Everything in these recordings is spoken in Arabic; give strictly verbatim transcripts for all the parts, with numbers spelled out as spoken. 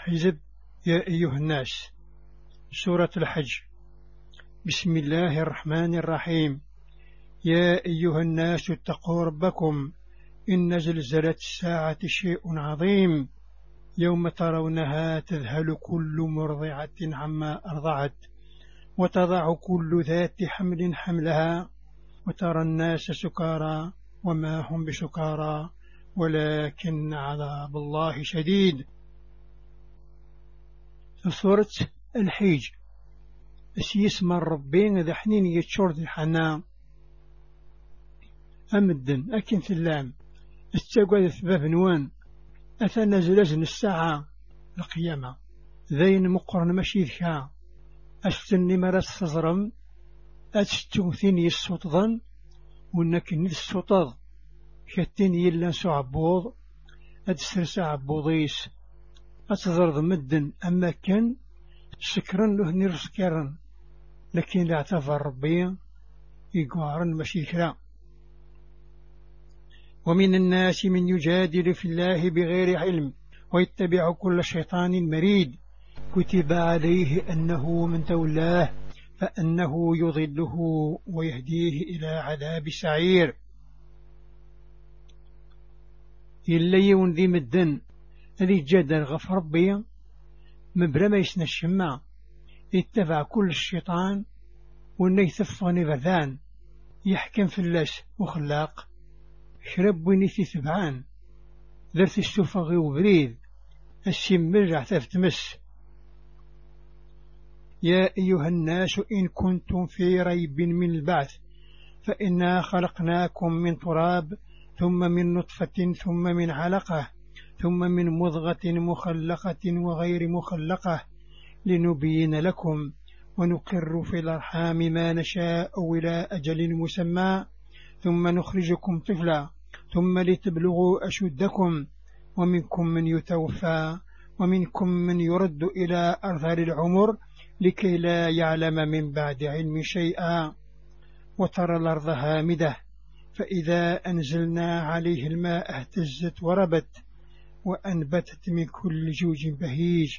حزب. يا أيها الناس. سورة الحج. بسم الله الرحمن الرحيم. يا أيها الناس اتقوا ربكم إن زلزلة الساعة شيء عظيم يوم ترونها تذهل كل مرضعة عما أرضعت وتضع كل ذات حمل حملها وترى الناس سكارى وما هم بسكارى ولكن عذاب الله شديد. سورة الحج. اسم الربين ذا حنين يتشور ذي الحنام أمدن أكن في اللام استقوى ثباب نوان أثنى زلزن الساعة القيامة ذين مقرن مشي ذكا أستني مرس تزرم أتستوثيني السطضن ونكني السطض كتين يلا سعبوض أتسرس عبوضيس أتزرد مدن أما كان سكرا له نرسكرا لكن لا اعتبر ربي يقارن مشي كلا. ومن الناس من يجادل في الله بغير علم ويتبع كل شيطان مريد كتب عليه أنه من تولاه فأنه يضله ويهديه إلى عذاب سعير. إلا يون ذي مدن ذي جدل غفر ربي مبرا ما يسنى الشماء يتبع كل الشيطان وإنه يثفغني بذان يحكم في اللاس وخلاق شرب وينيثي ثبعان ذرث السفغي وبريد السمرع تفتمس. يا أيها الناس إن كنتم في ريب من البعث فإنا خلقناكم من تراب ثم من نطفة ثم من علقة ثم من مضغة مخلقة وغير مخلقة لنبين لكم ونقر في الأرحام ما نشاء إلى أجل مسمى ثم نخرجكم طفلا ثم لتبلغوا أشدكم ومنكم من يتوفى ومنكم من يرد إلى أرذل العمر لكي لا يعلم من بعد علم شيئا وترى الأرض هامدة فإذا أنزلنا عليه الماء اهتزت وربت وأنبتت من كل جوج بهيج.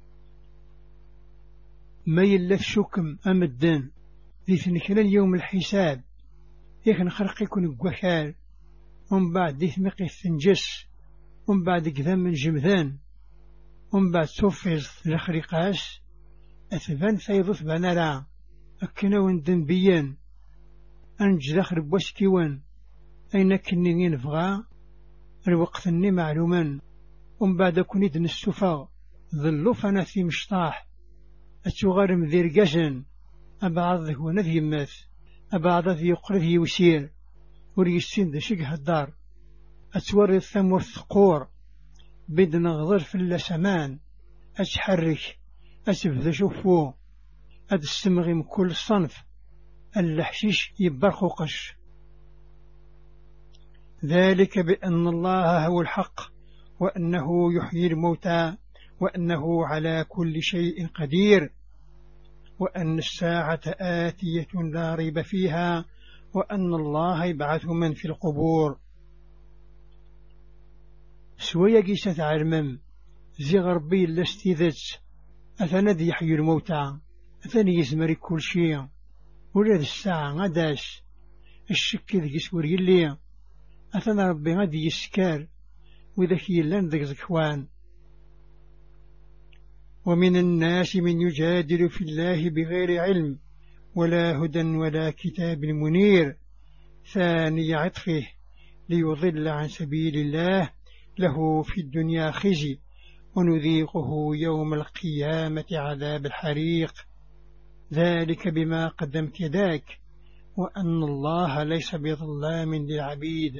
ما يلف شكم أمدن ذي ثنكلان يوم الحساب يخن خلق يكون قوكال ومن بعد ذي ثمقي الثنجس ومن بعد قذام من جمذان ومن بعد توفيز الخريقاس أثبان فيضف بنارا أكنا وندن بيان أنجد أخرب واسكيوان أين كنين نفغى الوقت أني معلوما ومن بعد كنيد نستفا ظلو فانا في مشطاح أتغارم ذي رقاشن أبعض ذي نذي مات أبعض ذي يقرذ يوسير وريسين ذي شقه الدار أتوري الثمور ثقور بيد نغضر في اللسمان أتحرك أتبذ شوفو أتستمغي من كل صنف اللحشيش يبرخو قش. ذلك بأن الله هو الحق وأنه يحيي الموتى وأنه على كل شيء قدير وأن الساعة آتية لا ريب فيها وأن الله يبعث من في القبور. سويا قيسة علمم زي غربي الاستيذت أثنى يحيي الموتى أثنى يزمري كل شيء ولاد الساعة غداش الشك ذي يسوري اللي أثنى ربي غادي يسكار وذاك يلان ذاك زكوان. ومن الناس من يجادل في الله بغير علم ولا هدى ولا كتاب منير ثاني عطفه ليضل عن سبيل الله له في الدنيا خزي ونذيقه يوم القيامة عذاب الحريق. ذلك بما قدمت يداك وأن الله ليس بظلام للعبيد.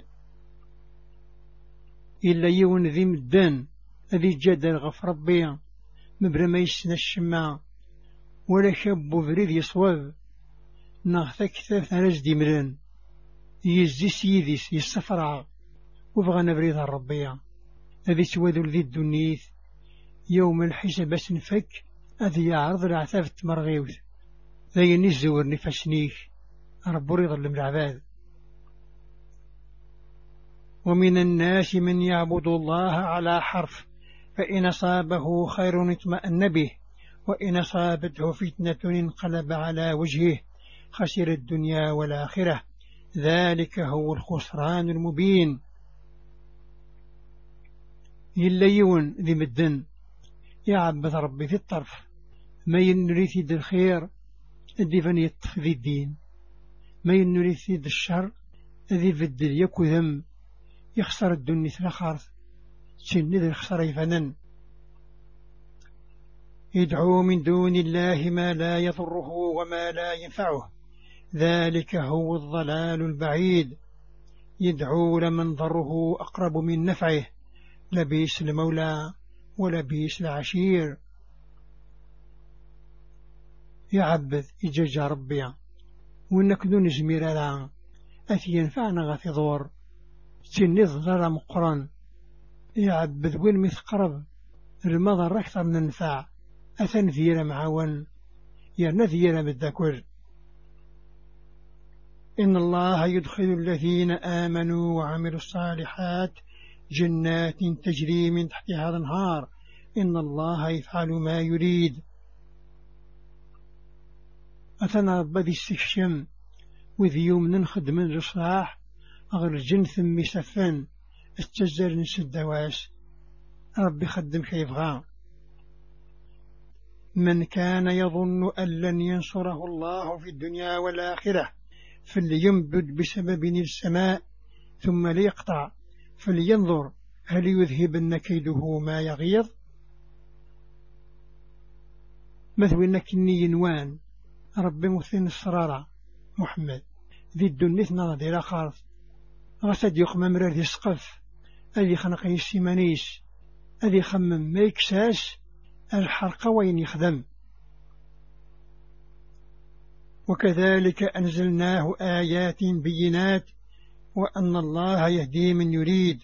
إلا يون ذي مدان ذي جدل غفر ربي مبرا ما يسنى الشماء ولا شاب بريد يصواب نغثك ثلاث رجدي مران يزي سيديس يستفرع وبغى نبريد الربيع هذي سوادل ذي الدنيث يوم الحساب سنفك هذي يعرض العثاف التمرغيوث ذي نزور نفسنيك رب يظلم العباد. ومن الناس من يعبد الله على حرف فإن أصابه خير اطمأن به وإن أصابته فتنة انقلب على وجهه خسر الدنيا والآخرة ذلك هو الخسران المبين. يليون ذي مدن يعبد ربي في الطرف ما ينريد الخير ذي فن يطف ذي الدين ما ينريد الشر ذي بدل يكذم يخسر الدنيا ثلاث تشند الخسر يفنن. يدعو من دون الله ما لا يضره وما لا ينفعه ذلك هو الضلال البعيد. يدعو لمن ضره أقرب من نفعه لبيس المولى ولبيس العشير. يعبد إجاج ربي وإنك دون زمير لا أثي ينفعنا غثي ضور تنظ ضرر مقرن. يعبد وين مثقرب المضر أكثر من النفع أثن ذير معاون يرنذير بالذكر. إن الله يدخل الذين آمنوا وعملوا الصالحات جنات تجري من تحتها الأنهار إن الله يفعل ما يريد. أثنى ربي السكشم وذي يوم ننخد من الإصلاح أغر الجن ثم سفن التجر نسد دواس ربي خدم كيفغا. من كان يظن أن لن ينصره الله في الدنيا والآخرة فلينبد بسبب السماء ثم ليقطع فلينظر هل يذهبن كيده ما يغيظ. مثل إنك ينوان ربي مثل السرارة محمد ذي الدنيا نظر إلى خارف غسد يقم مرار ذي سقف أذي خنق يسيمانيس أذي خمم ما يكساس الحرق وين يخدم. وكذلك أنزلناه آيات بينات وأن الله يهدي من يريد.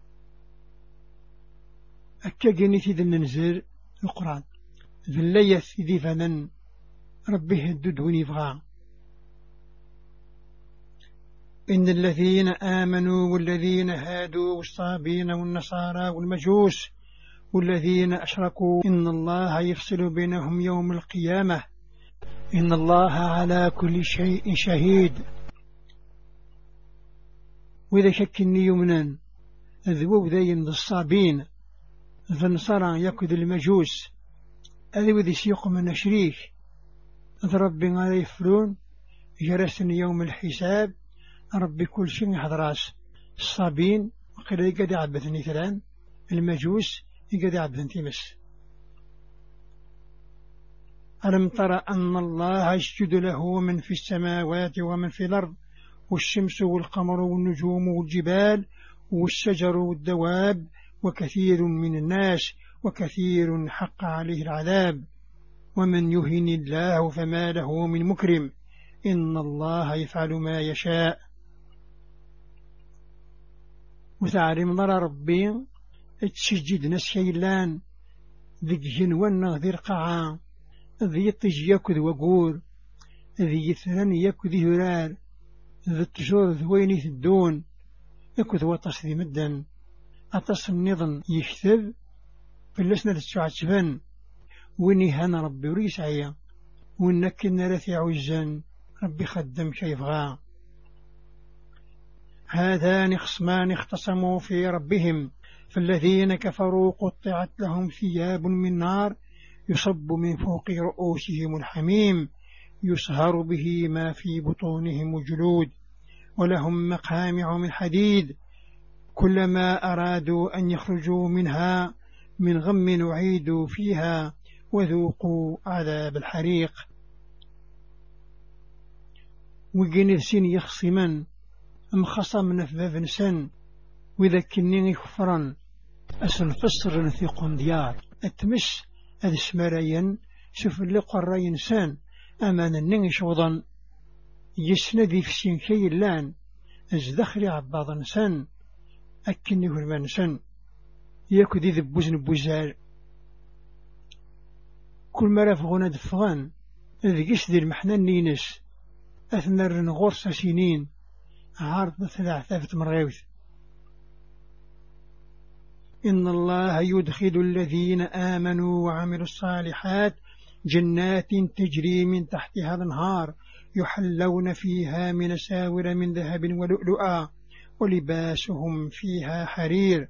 أكاقني ذي ننزل القرآن ذي الليث ذي فنن ربي هدد ونفغى. إن الذين آمنوا والذين هادوا والصابين والنصارى والمجوس والذين أشركوا إن الله يفصل بينهم يوم القيامة إن الله على كل شيء شهيد. وإذا شكني يمنا ذو ذين الصابين فالنصارى يأكد المجوس أذي وذي سيق من شريك ربي غير يفرون جرسني يوم الحساب ربي كل شيء حضراس. الصابين وقيل يقعد يعبثني ثلان المجوس يقعد يعبثن تيمس. ألم ترى أن الله يسجد له من في السماوات ومن في الأرض والشمس والقمر والنجوم والجبال والشجر والدواب وكثير من الناس وكثير حق عليه العذاب ومن يهن الله فما له من مكرم إن الله يفعل ما يشاء. وتعلم ضر ربي تسجد نسيلان ذي جنوان ذي القاعة ذي يطج يكذ وقور ذي يثرن يكذ هرار ذي التجور ذوين الدون يكذ وطس ذي مدن أطس النظم يكتب فلسنا للسعة فن ويني هانا ربي وريسعيا وإنك نرثي عزا ربي خدم كيفغا. هذان خصمان اختصموا في ربهم فالذين كفروا قطعت لهم ثياب من نار يصب من فوق رؤوسهم الحميم يصهر به ما في بطونهم الجلود ولهم مقامع من حديد كلما أرادوا أن يخرجوا منها من غم نعيدوا فيها وذوقوا عذاب الحريق. وقين سين يخصمن أم خصمنا في باب سن وإذا كنيني كفرا أسن فسر نثيق ديار أتمس هذا اسمرايا شوف اللي قرى إنسان أمانا ننش وضن يسندي في سين كي اللان أزدخري عباض نسان أكني هرمان سن ياكو ذي ذبوزن بوزار كل مرة فغونا دفغان ذيكس ذي المحنان نينس أثنر نغورس سنين عارض ثلاثة مرغيوث. إن الله يدخل الذين آمنوا وعملوا الصالحات جنات تجري من تحتها الأنهار يحلون فيها من ساور من ذهب ولؤلؤا ولباسهم فيها حرير.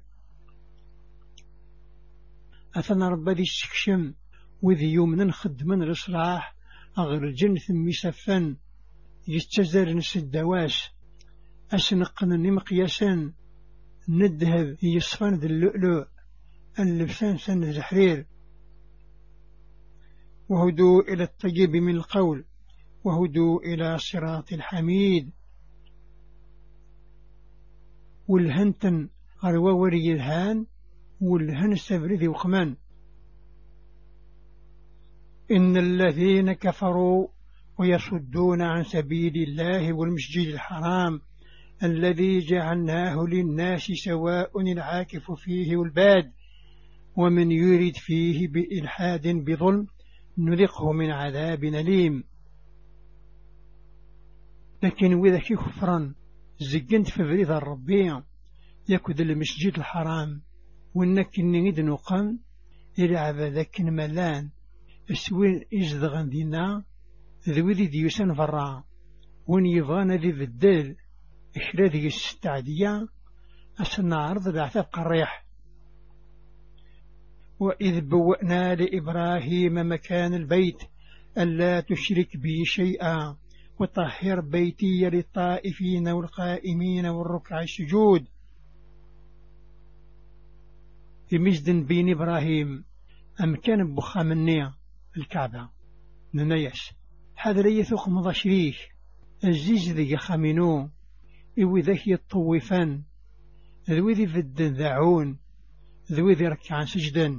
أثنى ربي ذي السكشم وذي يوم نخد من الإصلاح أغر الجنة مسفن يستزر نس الدواس أسنقن مقياسا ندهب يصفن ذي اللؤلؤ اللبسان سن الحرير. وهدوا إلى الطيب من القول وهدوا إلى صراط الحميد. والهنتن غروا وري الهان والهن سبرذي وخمان. إن الذين كفروا ويصدون عن سبيل الله والمسجد الحرام الذي جعلناه للناس سواء العاكف فيه والباد ومن يريد فيه بإلحاد بظلم نذقه من عذاب أليم. لكن وإذا كي كفرا زقنت في بريد الربيع يكد المسجد الحرام وإنك نريد نقام إلى عبادك ملان السوين إزدغن دينا ذوي ذي ديوسان فرا وين يبغانا ذي بدل إشرا ذي الستعدية أسنا عرض العثاب قريح. وإذ بوأنا لإبراهيم مكان البيت ألا تشرك بي شيئا وطهر بيتي للطائفين والقائمين والركع السجود. في مجد بين إبراهيم أم كان بخام النية الكعبة ننيش هذا لي ثق مضى شريك الزيز ذي خامنو إوي ذاك يطوفان ذوي ذي فدن ذاعون ذوي ذي ركعان سجدا.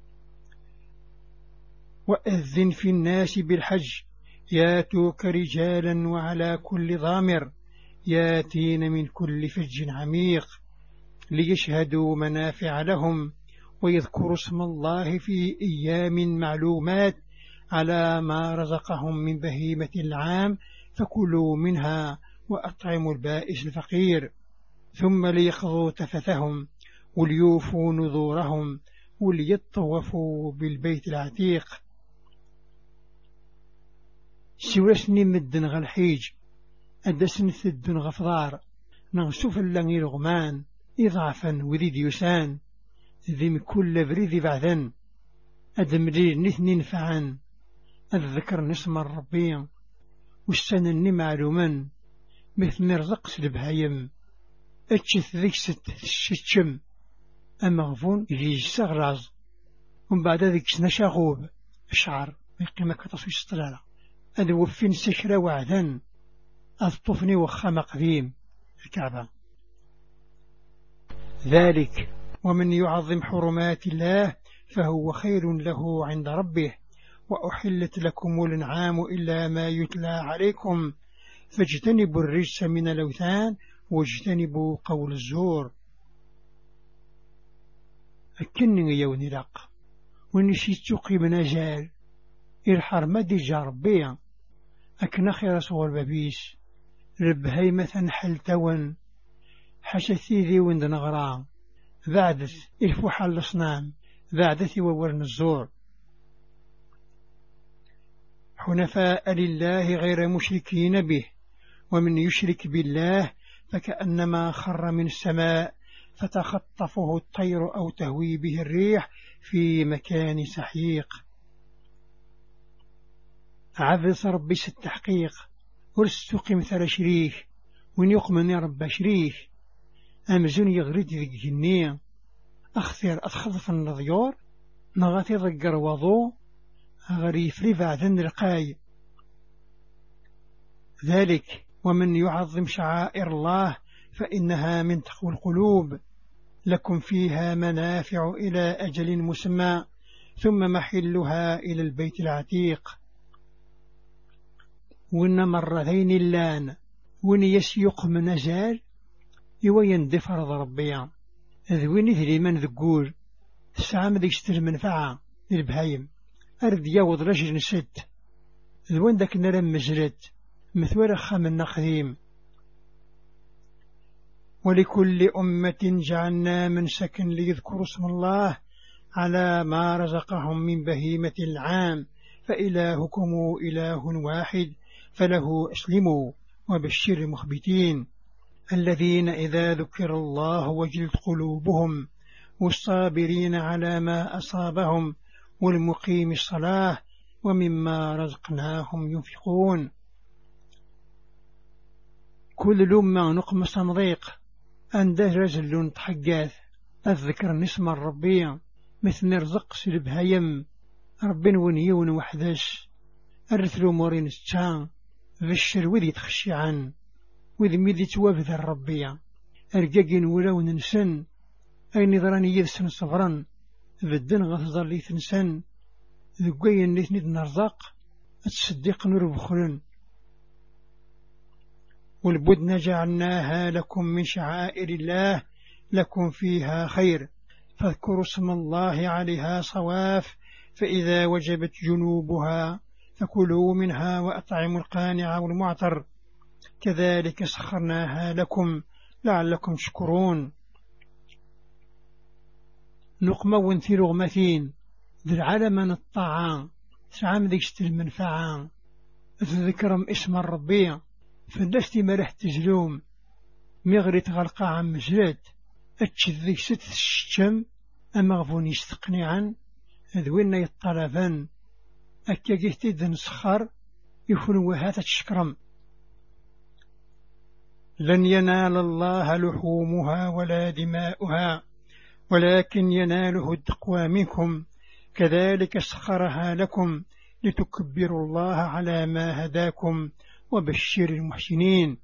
وأذن في الناس بالحج ياتوك رجالا وعلى كل ضامر ياتين من كل فج عميق ليشهدوا منافع لهم ويذكروا اسم الله في أيام معلومات على ما رزقهم من بهيمة العام فكلوا منها وأطعموا البائس الفقير ثم ليقضوا تفثهم وليوفوا نذورهم وليطوفوا بالبيت العتيق. سواسني مدن غالحيج أدسن ثدن غفضار نغسوف اللغي الغمان إضعافا وذي ديوسان ذي مكل بريذي بعثا أدمري نثني نفعا الذكر نسم الربي والسنن معلوما مثل مرزق البهايم أتشث ذيك ست الشتشم أما غفون يجي سغراز ومن بعد ذيك سنشاغوب الشعر يقيمة كتصويش الطلالة أدوفين سكرة وعدا أطفني وخام قديم الكعبة. ذلك ومن يعظم حرمات الله فهو خير له عند ربه وأحلت لكم الأنعام إلا ما يتلى عليكم فاجتنبوا الرجس من الأوثان واجتنبوا قول الزور. أكنني يوني لق ونشيت تقي منازال الحرمة جاربيا أكن خير صور بابيس ربهيمة حلتون حشثي ذي وند نغرام بعدث الفوحة الأصنام بعدث وورن الزور. حنفاء لله غير مشركين به ومن يشرك بالله فكأنما خر من السماء فتخطفه الطير أو تهوي به الريح في مكان سحيق. عبث ربي التحقيق ورستقي مثل شريك وين يقمن رب شريك أمزون يغرد ذي الجنية أخثر أتخذف النضيور نغاثي ضقر وضو غريف رفع ذن القاي. ذلك ومن يعظم شعائر الله فإنها من تقوى القلوب لكم فيها منافع إلى أجل مسمى ثم محلها إلى البيت العتيق. وإن مرتين اللان وإن يسيق من نزال يوين دفر ربيا ذوين ذي من ذقول السعام ذي يشتر منفعة للبهايم أرد يوض رجل نسد ذوين ذاك نرم مزلت مثل خام النقديم. ولكل أمة جعلنا منسكا ليذكروا اسم الله على ما رزقهم من بهيمة العام فإلهكم إله واحد فله أسلموا وبشر المخبتين الذين إذا ذكر الله وجلت قلوبهم والصابرين على ما أصابهم والمقيم الصلاة ومما رزقناهم ينفقون. كل لما نقم صنضيق أنده رجل تحقاث الذكر نسم الربيع مثل نرزق سلبها يم ربين ونيون وحداش الرثلو مورين الشان بشر وذي تخشي عن وذي مذي توافذ الربيع أرقاقين ولو ننسن أي نظراني يذسن صبرا بدن غفظر لي تنسن ذقين ليثني نرزق التصديق نور بخلن. والبدن جعلناها لكم من شعائر الله لكم فيها خير فاذكروا اسم الله عليها صواف فإذا وجبت جنوبها فكلوا منها وأطعموا القانع والمعتر كذلك سخرناها لكم لعلكم تشكرون. نقمة وانثي رغمتين ذي العالم من الطعام سعام ذيك المنفعة تذكرم اسم الربيع فالناس ملح تزلوم مغري تغلقا عن مجرد اتشذيك ست الشتم أما غفوني يستقنعا ذوين يطلبان أكا جهتي ذن سخر يكونوا هذا تشكرم. لن ينال الله لحومها ولا دماؤها ولكن يناله التقوى منكم كذلك سخرها لكم لتكبروا الله على ما هداكم وبشر المحسنين.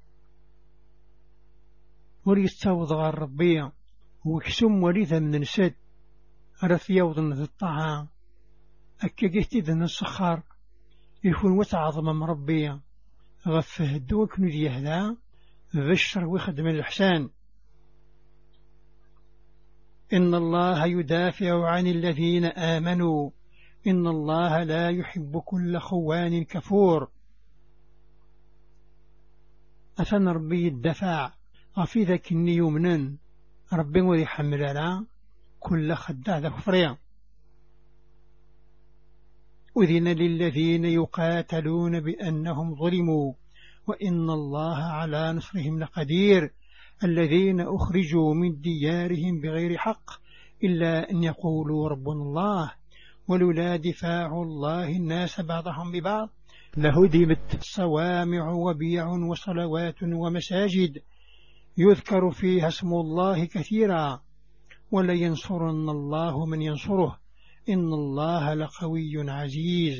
وليستوض الربيع وكسم وليذا من نسد رث يوضن ذي الطعام أكا جهتي ذن السخر يكون وتعظم مربيع غفه الدوك نذي هذا بشر ويخدم الإحسان. إن الله يدافع عن الذين آمنوا إن الله لا يحب كل خوان كفور. أثنى ربي الدفاع غفي ذاك النيومنا ربي وذي حمل لا كل خداع ذا كفريا. أذن للذين يقاتلون بأنهم ظلموا وإن الله على نصرهم لقدير الذين أخرجوا من ديارهم بغير حق إلا أن يقولوا ربنا الله ولولا دفاع الله الناس بعضهم ببعض لهدمت صوامع وبيع وصلوات ومساجد يذكر فيها اسم الله كثيرا ولينصرن الله من ينصره إن الله لقوي عزيز.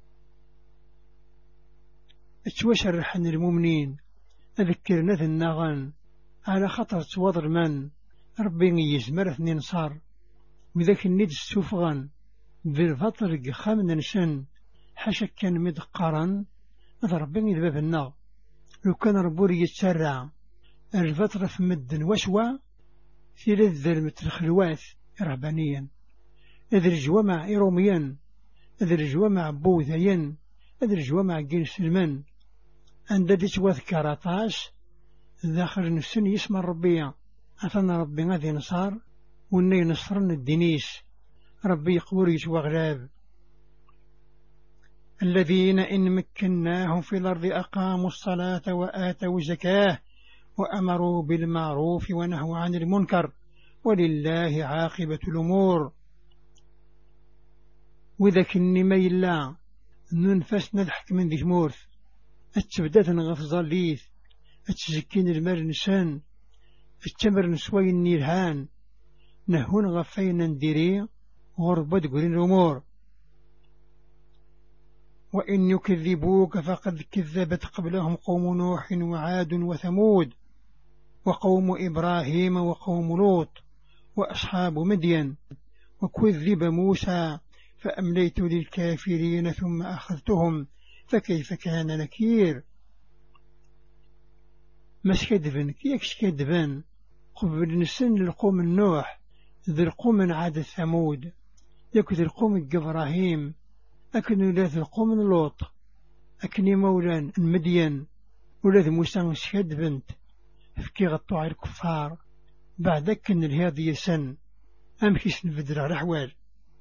اتوشرحن المؤمنين أذكرنا ذي النغن على خطر توضر من ربي يزمر اثنين صار وذاك الند السفغن بالفطر خامن نسن حاشا كان مدقرا هذا ربي يذباب النغ لو كان ربوري يتسرع الفترة في مدن وشوى في لذ المترخلوات رهبانيا إذ رجوة مع إيروميا إذ رجوة مع بوذيا إذ رجوة مع جين سلمان عند ديت وذكر عطاش ذاخر نفسن يسمى الربيع أثنى ربي غادي نصار وني نصرن الدنيس ربي يقور يسوى غلاب. الذين إن مكناهم في الأرض أقاموا الصلاة وآتوا الزكاة وأمروا بالمعروف ونهوا عن المنكر ولله عاقبة الأمور. وذاك النمي الله ننفس نضحك من ذي مورث التبدات نغف ظليث التزكين المال نسان التمر نسوي النيرهان نهون غفين نديري غربة قرين الأمور. وإن يكذبوك فقد كذبت قبلهم قوم نوح وعاد وثمود وقوم إبراهيم وقوم لوط وأصحاب مدين وكذب موسى فأمليت للكافرين ثم أخذتهم فكيف كان نكير. مش كدبن كيكش كدبن قبل نسن للقوم النوح ذي القوم عاد ثمود يكذ القوم إبراهيم أكن ولاذ القوم لوط أكني مولان المدين ولاذ موسى مش كدبنت فكي غطوع الكفار بعدك كن الهادي سن أمكيس نفدر الأحوال.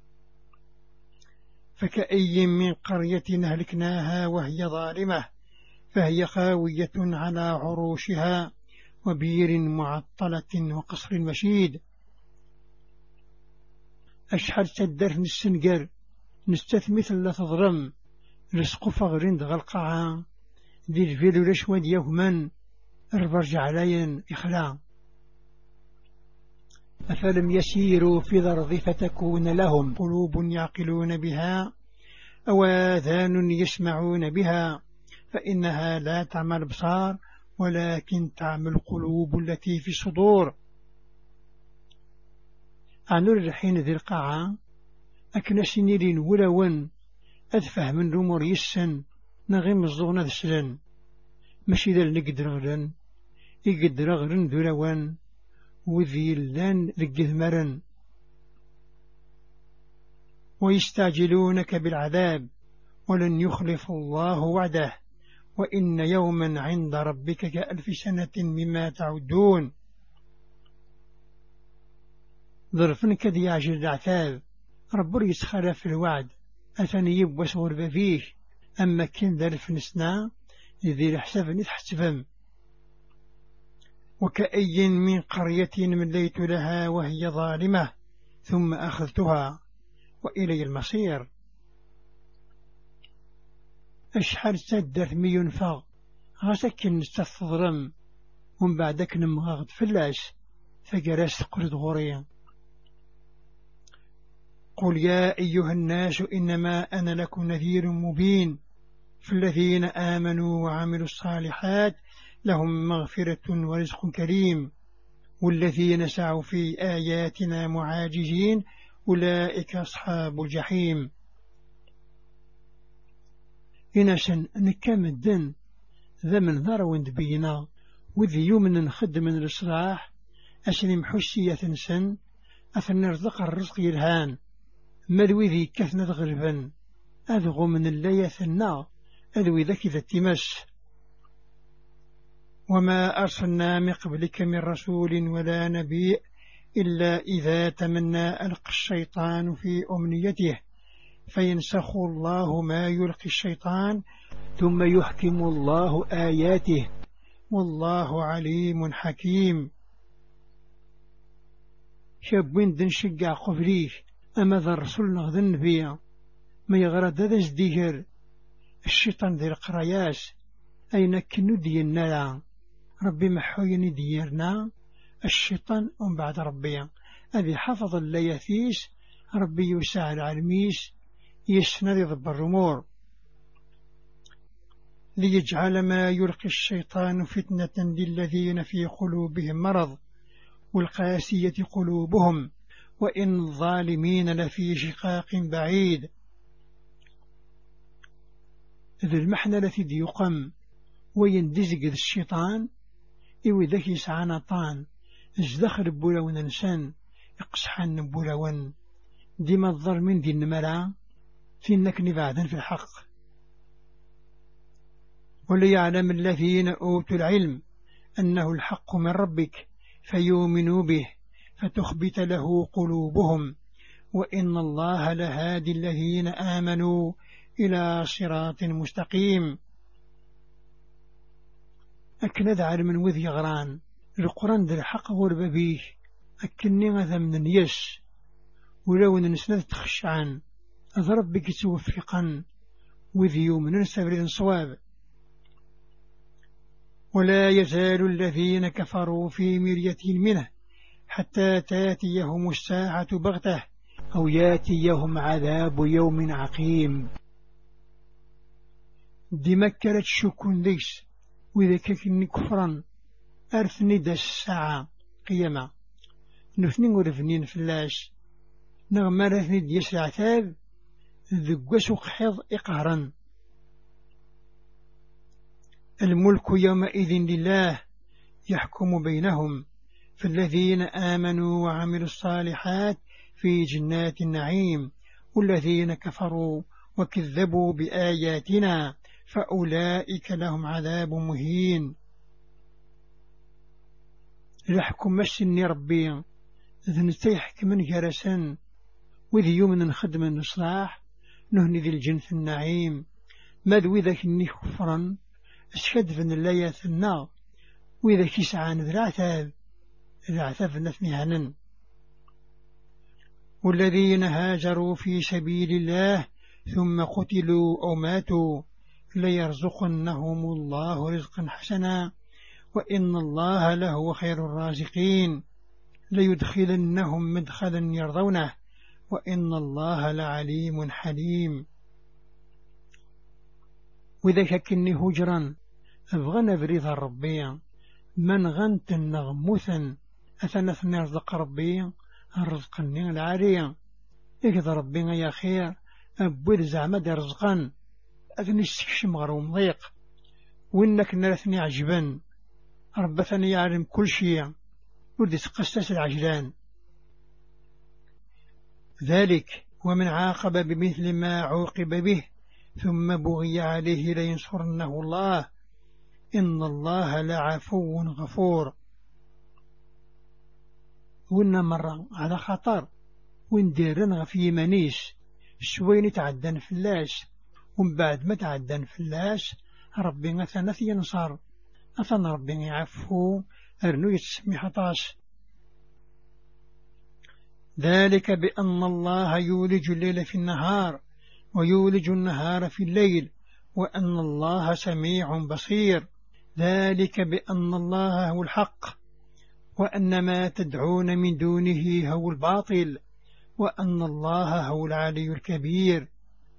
فكأي من قرية أهلكناها وهي ظالمة فهي خاوية على عروشها وبير معطلة وقصر مشيد. أشحال تدر نسنقر نستثمث لا تظلم رزق فغرين دغ القاعة دي الفيلو الأسود يوما الربرج عليا إخلاء. أفلم يسيروا في الأرض فتكون لهم قلوب يعقلون بها أو آذان يسمعون بها فإنها لا تعمى الأبصار ولكن تعمى القلوب التي في الصدور. عنور الحين ذي القاعة أكنا سنيرين ولون أدفه من الأمور يسن نغيم الزغنة السلن ماشي ذا نقدر غرن يقدر غرن ذلوان وذي اللان ذقذمرن ويستعجلونك بالعذاب ولن يخلف الله وعده وإن يوما عند ربك كألف سنة مما تعدون. ظرفن كذي يعجل العتاب رب يسخر في الوعد أثني يبوس غرب فيه أما كن ذلف نسنا ذي الحساب نتحسفم. وكأي من قرية مليت لها وهي ظالمة ثم أخذتها وإلي المصير. أشحال تدر مينفغ غسكن نستثضرم ومن بعدك نمغاغد فلاش فقراس قرد غوريا. قل يا أيها الناس إنما أنا لكم نذير مبين فالذين آمنوا وعملوا الصالحات لهم مغفرة ورزق كريم والذين سعوا في آياتنا معاجزين أولئك أصحاب الجحيم. إنسان نكام الدن ذا من ذر وندبينا وذي يومن نخد من الإصلاح أسلم حسية سن أثنى رزق الرزق يرهان مذوي ذي كثنة غربا أذغو من اللي ثنا أذوي ذاك ذا التمس. وما أرسلنا من قبلك من رسول ولا نبي إلا إذا تمنى ألقى الشيطان في أمنيته فينسخ الله ما يلقي الشيطان ثم يحكم الله آياته والله عليم حكيم. شابين دن شقع قفريش أما ذا الرسول نغذى النبي ما يغرد ذا ازدهر الشيطان ذي القرياس أين كنو ديالنا ربي محوين ديالنا الشيطان ومن بعد ربي أذي حفظ اللياثيس ربي يساعد العالميس يسند يضب الرمور ليجعل ما يلقي الشيطان فتنة للذين في قلوبهم مرض والقاسية قلوبهم وإن الظالمين لفي شقاق بعيد. ذي المحنة التي يقم ويندزق الشيطان إوي ذاك يسعى طان ازدخل بولون إنسان يقصحن بولون ديما الظلمين دي النملا فينك نبعدا في الحق. وليعلم الذين أوتوا العلم أنه الحق من ربك فيؤمنوا به فتخبت له قلوبهم وإن الله لهادي الذين آمنوا إلى صراط مستقيم. أكند على من وذي غران القرآن ذي الحق غرب بيه أكني غذا من يس ولو نسند تخشعان أضرب بك توفقا وذي يوم نسبر صواب. ولا يزال الذين كفروا في مرية منه حتى تاتيهم الساعة بغتة أو ياتيهم عذاب يوم عقيم. دي مكرت شكون ليس وإذا كني كفرا أرثني دا الساعة قيامة نثنين ورثنين فلاش نغم رثني ديس العتاب ذقس قحيض إقهرا. الملك يومئذ لله يحكم بينهم فالذين آمنوا وعملوا الصالحات في جنات النعيم والذين كفروا وكذبوا بآياتنا فأولئك لهم عذاب مهين. الحكم مسني ربي ذنتي حكم جرسا وذي يوم نخدم النصلاح نهني ذي الجنة النعيم ماذ ذاك إني كفرا أشهد فن اللايات النا وإذا كيسعان ذي العتاب العتاب نثني هنن والذين هاجروا في سبيل الله ثم قتلوا أو ماتوا ليرزقنهم الله رزقا حسنا وإن الله لهو خير الرازقين ليدخلنهم مدخلا يرضونه وإن الله لعليم حليم وإذا كني هجرا أبغى بريد ربي من غنت النغمثا أثنثني رزق ربي الرزق العالي إذا ربي يا خير أبوذ زعمد رزقا أثني استكشم غروم ضيق وإنك نرثني عجبا ربثني يعلم كل شيء ودي تقسس العجلان ذلك ومن عاقب بمثل ما عوقب به ثم بغي عليه لينصرنه الله إن الله لعفو غفور وإن مرة على خطر وإن ديرن في منيس شوين تعدن فلاس ومن بعد ما تعدن فلاس ربي مثلا ينصر أثن ربي يعفو أرنو يتسمي حطاس ذلك بأن الله يولج الليل في النهار ويولج النهار في الليل وأن الله سميع بصير ذلك بأن الله هو الحق وأن ما تدعون من دونه هو الباطل وأن الله هو العلي الكبير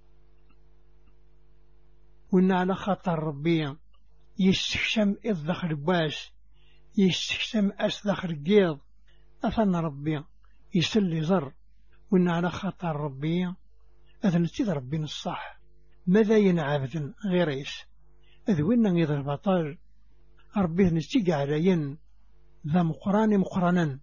وإن على خطر ربي يستخشم إذ باش يستخشم أسلخ الجيض أثن ربي يسلي زر وإن على خطر ربي أذن تيد ربي الصح ماذا ينعبد غيريش أذ وإن يضر بطل ربي نستيق عليين ذا مقران مقرنا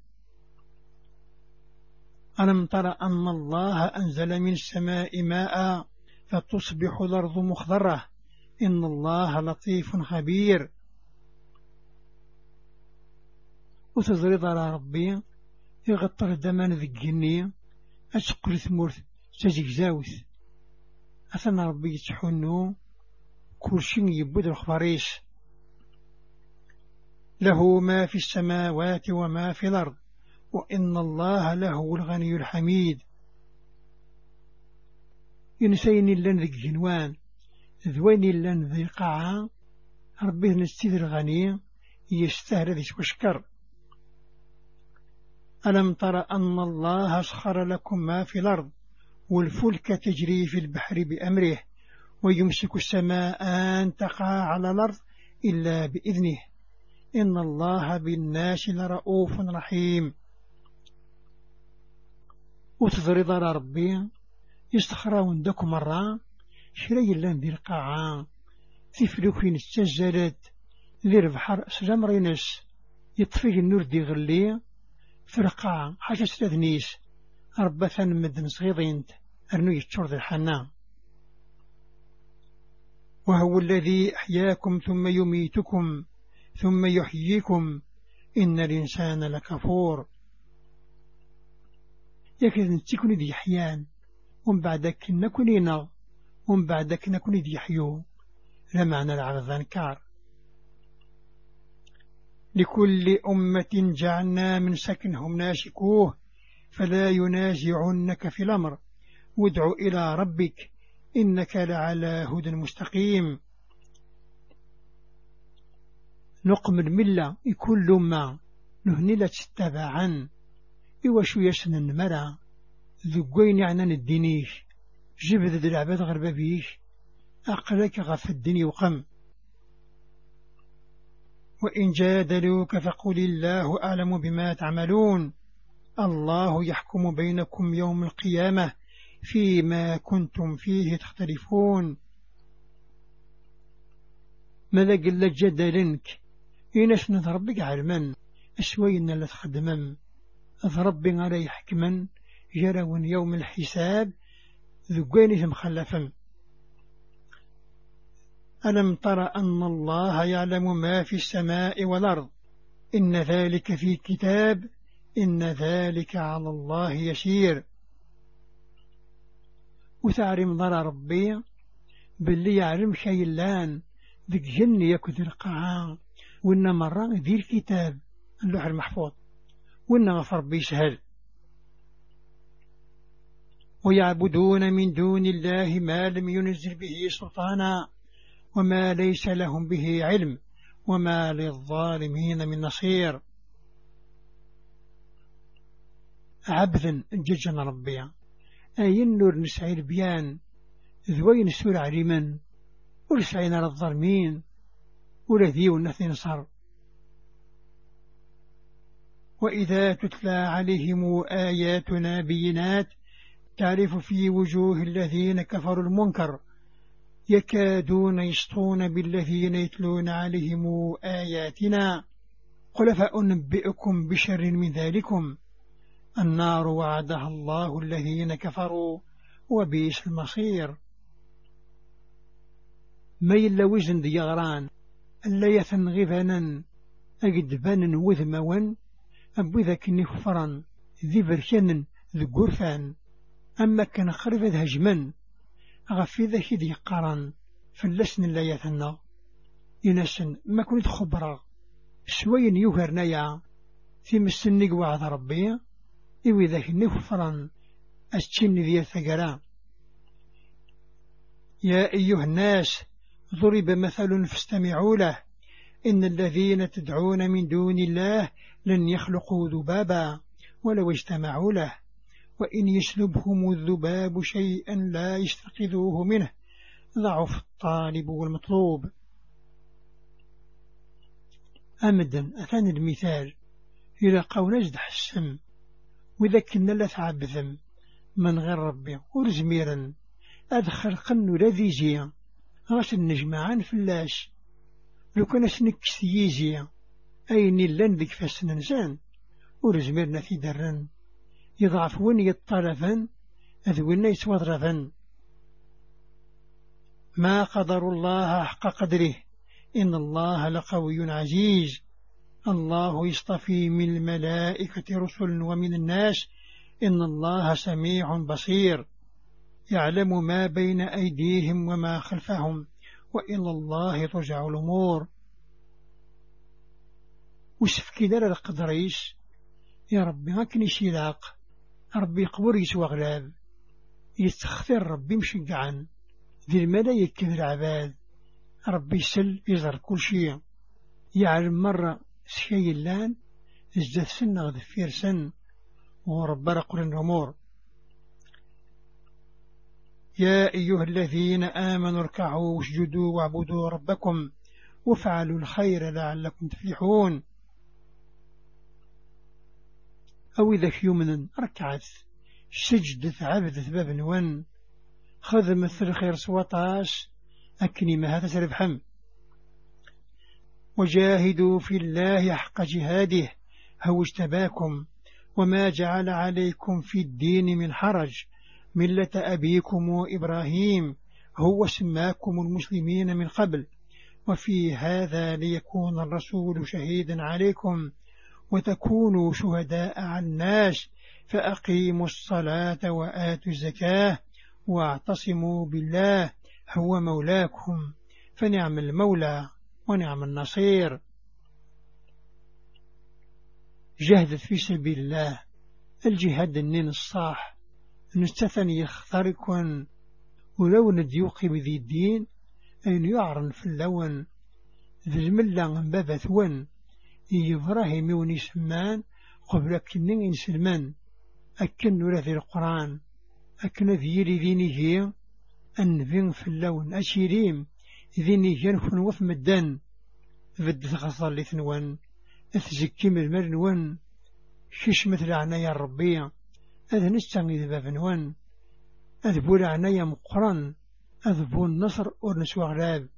ألم ترى أن الله أنزل من السماء ماء فتصبح الأرض مخضرة إن الله لطيف خبير وتزرد على ربي يغطر دمان ذي الجنية أتقل ثمورث تجيزاوث أثنى ربي يتحنو كل شيء يبود الخباريش له ما في السماوات وما في الأرض وإن الله له الغني الحميد ينسيني لن ذي الجنوان ذويني لن ذي القاعة ربي نستيذ الغني يستهر ذي وشكر ألم ترى أن الله أسخر لكم ما في الأرض والفلك تجري في البحر بأمره ويمسك السماء أن تقع على الأرض إلا بإذنه إن الله بالناس لرؤوف رحيم وتضرض على ربي يستخرون دك مرة شري لان ذي القاعة في فلوكين استجلت ذي البحر سلام رينس يطفي النور دي غلي في القاعة حاجة ستذنيس ربثا مدن صغيرين أرنو يتشرد الحنان وهو الذي أحياكم ثم يميتكم ثم يحييكم إن الإنسان لكفور يكذن تكون ذي حيان ومن بعدك نكونينا ومن بعدك نكون ذي حيو لمعنى العرض انكار لكل أمة جعلنا من سكنهم ناشكوه فلا ينازعنك في الأمر وادع إلى ربك إنك لعلى هدى مستقيم نقم الملة كل ما نهنلت تبعا إوشو يسن المرأة ذقين عنان الدينيش جبد ذي العباد غربا بيش أقلك غف الدني وقم وإن جادلوك فقل الله أعلم بما تعملون الله يحكم بينكم يوم القيامة فيما كنتم فيه تختلفون ماذا قل جدلنك إناش نضربك علما أسوينا لتخدمم أضرب علي حكما جرون يوم الحساب ذقين ثم خلفا ألم تر أن الله يعلم ما في السماء والأرض إن ذلك في كتاب إن ذلك على الله يسير. وتعلم ضر ربي باللي يعلم شيء اللان ذيك جن يكذ القاعة وإن مرة ذي الكتاب اللوح المحفوظ وإن غفر ربي سهل. ويعبدون من دون الله ما لم ينزل به سلطانا وما ليس لهم به علم وما للظالمين من نصير. عبدا ججنا ربي أي النور نسعي البيان ذوين سور عليما ورسعينا للظالمين ولذي ونثي نصر. وإذا تتلى عليهم آياتنا بينات تعرف في وجوه الذين كفروا المنكر يكادون يسطون بالذين يتلون عليهم آياتنا قل فأنبئكم بشر من ذلكم النار وعدها الله الذين كفروا وبئس المصير. ما يلا وزن ديغران ألا يثن غفنا أقدبانا وذموا أبو ذاك نفرا ذي بركان ذي قرفان أما كان خرف ذا هجما غفي ذا كذي قران فلسن لا يثنى ينسن ما كنت خبرا شوين يوهرنايا في مسنق وعد ربي إوي ذاك نفرا أستشن ذي ثقرا. يا أيها الناس ضرب مثل فاستمعوا له إن الذين تدعون من دون الله لن يخلقوا ذبابا ولو اجتمعوا له وإن يسلبهم الذباب شيئا لا يستنقذوه منه ضعف الطالب والمطلوب. أمدا أثنى المثال إلى قول نجد حسن وإذا كنا لا تعبثم من غير ربي ورزميرا أدخل قنو الذي جي غاس النجمعان فلاش لو كان سنكس يجي أين لن ذيك فاسنا نسان ورزميرنا في درن يضعف وين يطرفا أذوين يتوضرفا. ما قدر الله حق قدره إن الله لقوي عزيز. الله يصطفي من الملائكة رسل ومن الناس إن الله سميع بصير يعلم ما بين أيديهم وما خلفهم وإلى الله ترجع الأمور. وسفكي دار القدريش يا ربي هاكني شلاق ربي قبر يسوى غلاب يستخثر ربي مشقعا ذي الملايكة العباد ربي يسل يزر كل شيء يعلم مرة شيء اللان ازداد سنة غذفير سن ورب رقل الأمور. يا أيها الذين آمنوا اركعوا واسجدوا واعبدوا ربكم وافعلوا الخير لعلكم تفلحون. أو إذا يومنا ركعت سجدت عبدت باب نون خذ مثل خير سوطاش أكني ما هذا سربحم. وجاهدوا في الله حق جهاده هو اجتباكم وما جعل عليكم في الدين من حرج ملة أبيكم إبراهيم هو سماكم المسلمين من قبل وفي هذا ليكون الرسول شهيدا عليكم وتكونوا شهداء على الناس فأقيموا الصلاة وآتوا الزكاة واعتصموا بالله هو مولاكم فنعم المولى ونعم النصير. جهدت في سبيل الله الجهاد النين الصاح نستثني يختركن ولو نديوقي بذي الدين أين يعرن في اللون ذي الملة بابا ثون إبراهيم ونسمان قبل كنين سلمان أكن ذي القرآن أكن ذيري ذينيه أنفين في اللون أشيريم ذينيه ينفن وف مدان فدت غصر لثنوان أثزكي من المرنوان شش مثل عنايا الربيع أذ نستغيث بابنوان أذ بول عنايا مقران أذ بول نصر ورنسو غراب